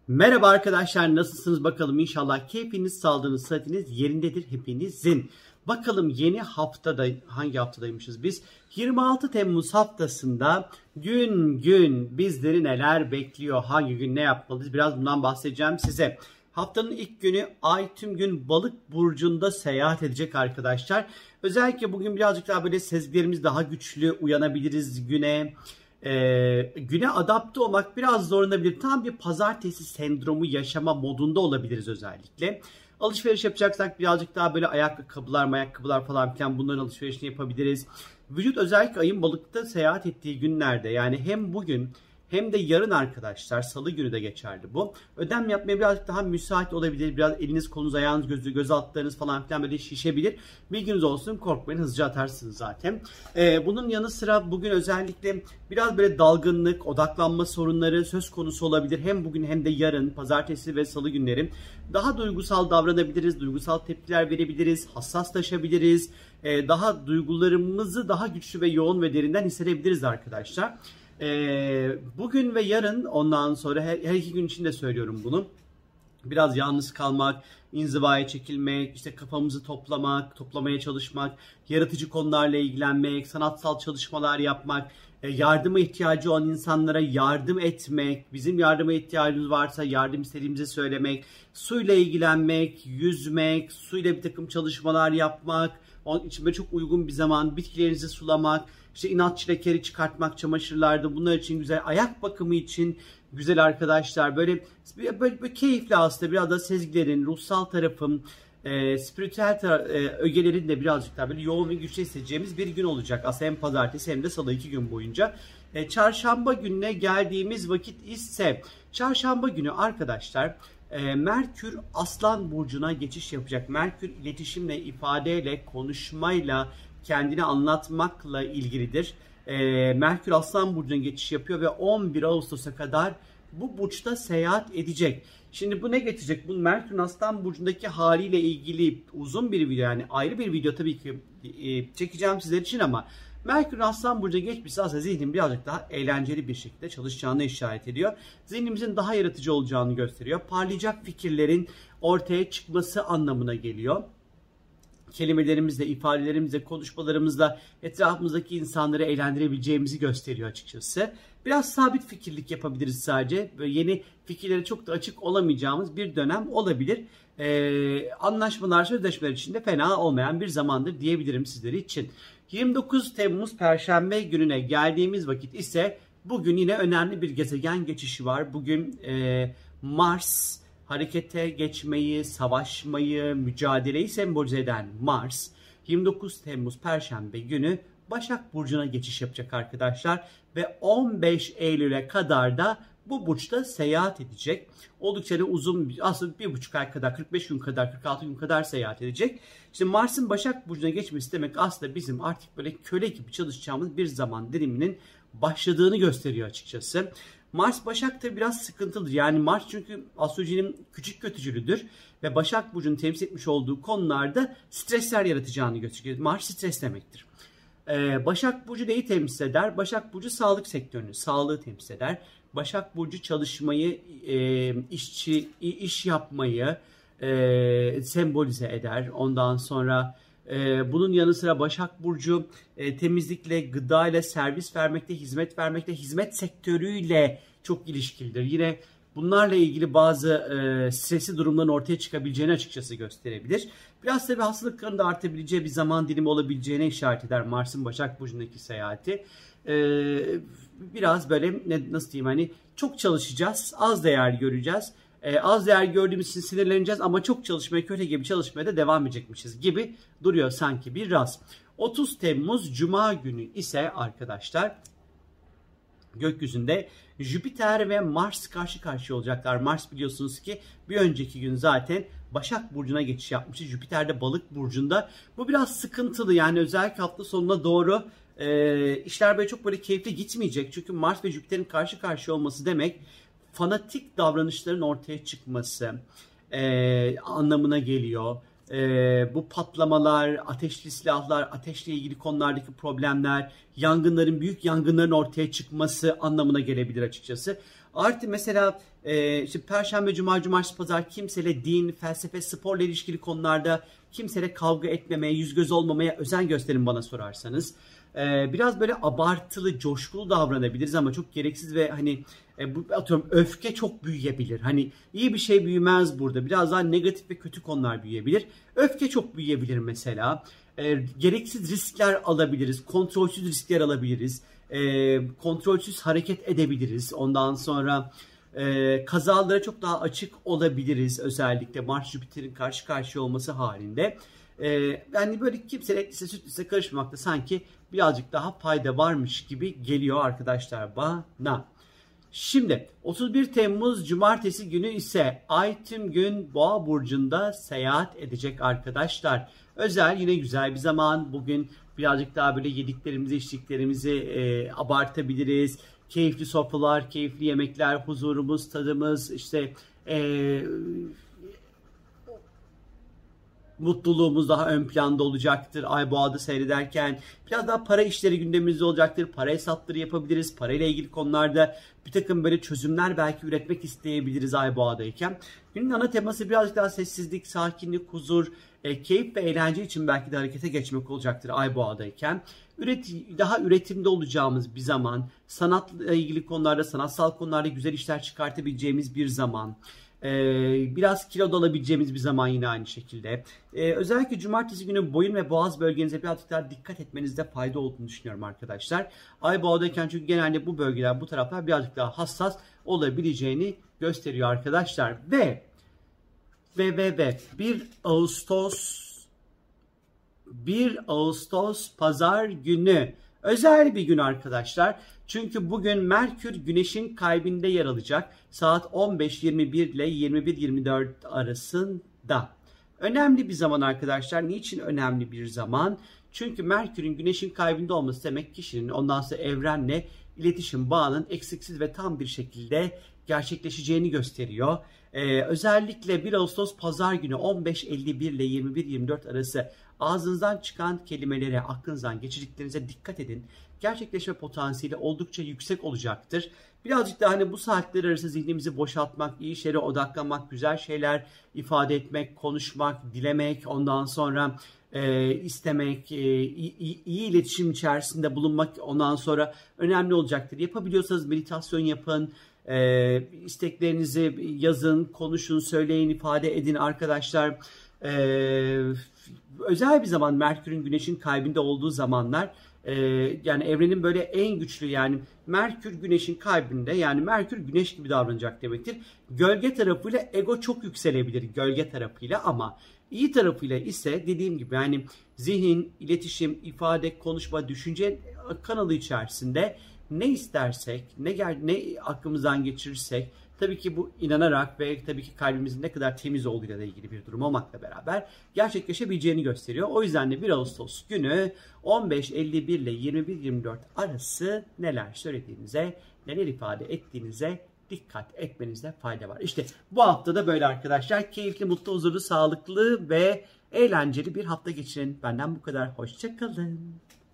Merhaba arkadaşlar, nasılsınız bakalım? İnşallah keyfiniz, sağlığınız, sıhhatiniz yerindedir hepinizin. Bakalım yeni haftada, hangi haftadaymışız biz? 26 Temmuz haftasında gün gün bizleri neler bekliyor? Hangi gün ne yapmalıyız? Biraz bundan bahsedeceğim size. Haftanın ilk günü Ay tüm gün Balık burcunda seyahat edecek arkadaşlar. Özellikle bugün birazcık daha böyle sezgilerimiz daha güçlü, uyanabiliriz güne. Güne adapte olmak biraz zorlanabilir. Tam bir pazartesi sendromu yaşama modunda olabiliriz özellikle. Alışveriş yapacaksak birazcık daha böyle ayakkabılar falan filan bunların alışverişini yapabiliriz. Vücut özellikle ayın balıkta seyahat ettiği günlerde, yani hem bugün hem de yarın arkadaşlar, salı günü de geçerli bu. Ödem yapmaya birazcık daha müsait olabilir. Biraz eliniz, kolunuz, ayağınız, göz altlarınız falan filan böyle şişebilir. Bilginiz olsun, korkmayın, hızlıca atarsınız zaten. Bunun yanı sıra bugün özellikle biraz böyle dalgınlık, odaklanma sorunları söz konusu olabilir. Hem bugün hem de yarın, pazartesi ve salı günleri daha duygusal davranabiliriz. Duygusal tepkiler verebiliriz. Hassaslaşabiliriz. Daha duygularımızı daha güçlü ve yoğun ve derinden hissedebiliriz arkadaşlar. Bugün ve yarın, ondan sonra her iki gün için de söylüyorum bunu. Biraz yalnız kalmak, inzivaya çekilmek, işte kafamızı toplamaya çalışmak, yaratıcı konularla ilgilenmek, sanatsal çalışmalar yapmak, yardıma ihtiyacı olan insanlara yardım etmek, bizim yardıma ihtiyacımız varsa yardım istediğimizi söylemek, suyla ilgilenmek, yüzmek, suyla bir takım çalışmalar yapmak, onun için böyle çok uygun bir zaman, bitkilerinizi sulamak, işte inatçı lekeri çıkartmak çamaşırlarda, bunlar için güzel, ayak bakımı için güzel arkadaşlar. Böyle keyifli aslında, biraz da sezgilerin, ruhsal tarafın, spiritüel ögelerin de birazcık daha böyle yoğun ve güçlü hissedeceğimiz bir gün olacak. Aslında hem pazartesi hem de salı 2 gün boyunca. Çarşamba gününe geldiğimiz vakit ise, çarşamba günü arkadaşlar Merkür Aslan Burcu'na geçiş yapacak. Merkür iletişimle, ifadeyle, konuşmayla, kendini anlatmakla ilgilidir. Merkür Aslan Burcu'na geçiş yapıyor ve 11 Ağustos'a kadar bu burçta seyahat edecek. Şimdi bu ne getirecek? Bu Merkür Aslan Burcu'ndaki haliyle ilgili uzun bir video, yani ayrı bir video tabii ki çekeceğim sizler için, ama Merkür Aslan Burcu'na geçmişse aslında zihnin birazcık daha eğlenceli bir şekilde çalışacağını işaret ediyor. Zihnimizin daha yaratıcı olacağını gösteriyor. Parlayacak fikirlerin ortaya çıkması anlamına geliyor. Kelimelerimizle, ifadelerimizle, konuşmalarımızla etrafımızdaki insanları eğlendirebileceğimizi gösteriyor açıkçası. Biraz sabit fikirlik yapabiliriz sadece. Böyle yeni fikirlere çok da açık olamayacağımız bir dönem olabilir. Anlaşmalar, sözleşmeler için de fena olmayan bir zamandır diyebilirim sizleri için. 29 Temmuz Perşembe gününe geldiğimiz vakit ise bugün yine önemli bir gezegen geçişi var. Bugün Mars, harekete geçmeyi, savaşmayı, mücadeleyi sembolize eden Mars, 29 Temmuz Perşembe günü Başak Burcu'na geçiş yapacak arkadaşlar. Ve 15 Eylül'e kadar da bu burçta seyahat edecek. Oldukça da uzun, aslında 1,5 ay kadar, 45 gün kadar, 46 gün kadar seyahat edecek. İşte Mars'ın Başak Burcu'na geçmesi demek aslında bizim artık böyle köle gibi çalışacağımız bir zaman diliminin başladığını gösteriyor açıkçası. Mars Başak'ta biraz sıkıntılıdır. Yani Mars çünkü astrolojinin küçük kötücülüdür ve Başak Burcu'nun temsil etmiş olduğu konularda stresler yaratacağını gösteriyor. Mars stres demektir. Başak Burcu neyi temsil eder? Başak Burcu sağlık sektörünü, sağlığı temsil eder. Başak Burcu çalışmayı, iş yapmayı sembolize eder. Ondan sonra bunun yanı sıra Başak Burcu temizlikle, gıdayla, servis vermekte, hizmet sektörüyle çok ilişkilidir. Yine bunlarla ilgili bazı stresli durumların ortaya çıkabileceğini açıkçası gösterebilir. Biraz tabii hastalıkların da artabileceği bir zaman dilimi olabileceğine işaret eder Mars'ın Başak Burcu'ndaki seyahati. Biraz böyle nasıl diyeyim, hani çok çalışacağız, az değer göreceğiz. Az değer gördüğümüz için sinirleneceğiz ama çok çalışmaya, köle gibi çalışmaya da devam edecekmişiz gibi duruyor sanki biraz. 30 Temmuz Cuma günü ise arkadaşlar gökyüzünde Jüpiter ve Mars karşı karşıya olacaklar. Mars biliyorsunuz ki bir önceki gün zaten Başak Burcu'na geçiş yapmıştı. Jüpiter de Balık Burcu'nda. Bu biraz sıkıntılı, yani özellikle hafta sonuna doğru işler böyle çok böyle keyifli gitmeyecek. Çünkü Mars ve Jüpiter'in karşı karşıya olması demek fanatik davranışların ortaya çıkması anlamına geliyor. Bu patlamalar, ateşli silahlar, ateşle ilgili konulardaki problemler, büyük yangınların ortaya çıkması anlamına gelebilir açıkçası. Artı mesela işte Perşembe, Cuma, Cumartesi, Pazar kimseyle din, felsefe, sporla ilişkili konularda kimseyle kavga etmemeye, yüz göz olmamaya özen gösterin bana sorarsanız. Biraz böyle abartılı, coşkulu davranabiliriz ama çok gereksiz ve hani atıyorum öfke çok büyüyebilir. Hani iyi bir şey büyümez burada. Biraz daha negatif ve kötü konular büyüyebilir. Öfke çok büyüyebilir mesela. Gereksiz riskler alabiliriz. Kontrolsüz riskler alabiliriz. Kontrolsüz hareket edebiliriz. Ondan sonra kazalara çok daha açık olabiliriz. Özellikle Mars Jüpiter'in karşı karşıya olması halinde. Yani böyle kimsenin etlise sütlüse karışmamakta sanki birazcık daha fayda varmış gibi geliyor arkadaşlar bana. Şimdi 31 Temmuz Cumartesi günü ise Ay tüm gün Boğa burcunda seyahat edecek arkadaşlar. Özel yine güzel bir zaman. Bugün birazcık daha böyle yediklerimizi içtiklerimizi abartabiliriz. Keyifli sofralar, keyifli yemekler, huzurumuz, tadımız, işte mutluluğumuz daha ön planda olacaktır. Ay Boğa'da seyrederken biraz daha para işleri gündemimizde olacaktır. Para hesapları yapabiliriz. Parayla ilgili konularda bir takım böyle çözümler belki üretmek isteyebiliriz Ay Boğa'dayken. Günün ana teması birazcık daha sessizlik, sakinlik, huzur, keyif ve eğlence için belki de harekete geçmek olacaktır Ay Boğa'dayken. Daha üretimde olacağımız bir zaman, sanatla ilgili konularda, sanatsal konularda güzel işler çıkartabileceğimiz bir zaman. Biraz kilo da alabileceğimiz bir zaman yine aynı şekilde. Özellikle cumartesi günü boyun ve boğaz bölgenize birazcık daha dikkat etmenizde fayda olduğunu düşünüyorum arkadaşlar. Ay Boğa'dayken çünkü genelde bu bölgeler, bu taraflar birazcık daha hassas olabileceğini gösteriyor arkadaşlar. Ve 1 Ağustos Pazar günü özel bir gün arkadaşlar. Çünkü bugün Merkür Güneş'in kalbinde yer alacak. Saat 15:21 ile 21:24 arasında. Önemli bir zaman arkadaşlar. Niçin önemli bir zaman? Çünkü Merkür'ün Güneş'in kalbinde olması demek kişinin ondan sonra evrenle iletişim bağının eksiksiz ve tam bir şekilde gerçekleşeceğini gösteriyor. Özellikle 1 Ağustos Pazar günü 15:51 ile 21:24 arası ağzınızdan çıkan kelimelere, aklınızdan geçirdiklerinize dikkat edin. Gerçekleşme potansiyeli oldukça yüksek olacaktır. Birazcık da hani bu saatler arası zihnimizi boşaltmak, iyi şeylere odaklanmak, güzel şeyler ifade etmek, konuşmak, dilemek, ondan sonra istemek, iyi iletişim içerisinde bulunmak ondan sonra önemli olacaktır. Yapabiliyorsanız meditasyon yapın. İsteklerinizi yazın, konuşun, söyleyin, ifade edin arkadaşlar. Özel bir zaman Merkür'ün Güneş'in kalbinde olduğu zamanlar, yani evrenin böyle en güçlü, yani Merkür Güneş'in kalbinde, yani Merkür Güneş gibi davranacak demektir. Gölge tarafıyla ego çok yükselebilir gölge tarafıyla, ama iyi tarafıyla ise dediğim gibi yani zihin, iletişim, ifade, konuşma, düşünce kanalı içerisinde ne istersek, ne aklımızdan geçirirsek, tabii ki bu inanarak ve tabii ki kalbimizin ne kadar temiz olduğuyla da ilgili bir durum olmakla beraber gerçekleşebileceğini gösteriyor. O yüzden de 1 Ağustos günü 15:51 ile 21:24 arası neler söylediğinize, neler ifade ettiğinize dikkat etmenizde fayda var. İşte bu hafta da böyle arkadaşlar. Keyifli, mutlu, huzurlu, sağlıklı ve eğlenceli bir hafta geçirin. Benden bu kadar. Hoşça kalın.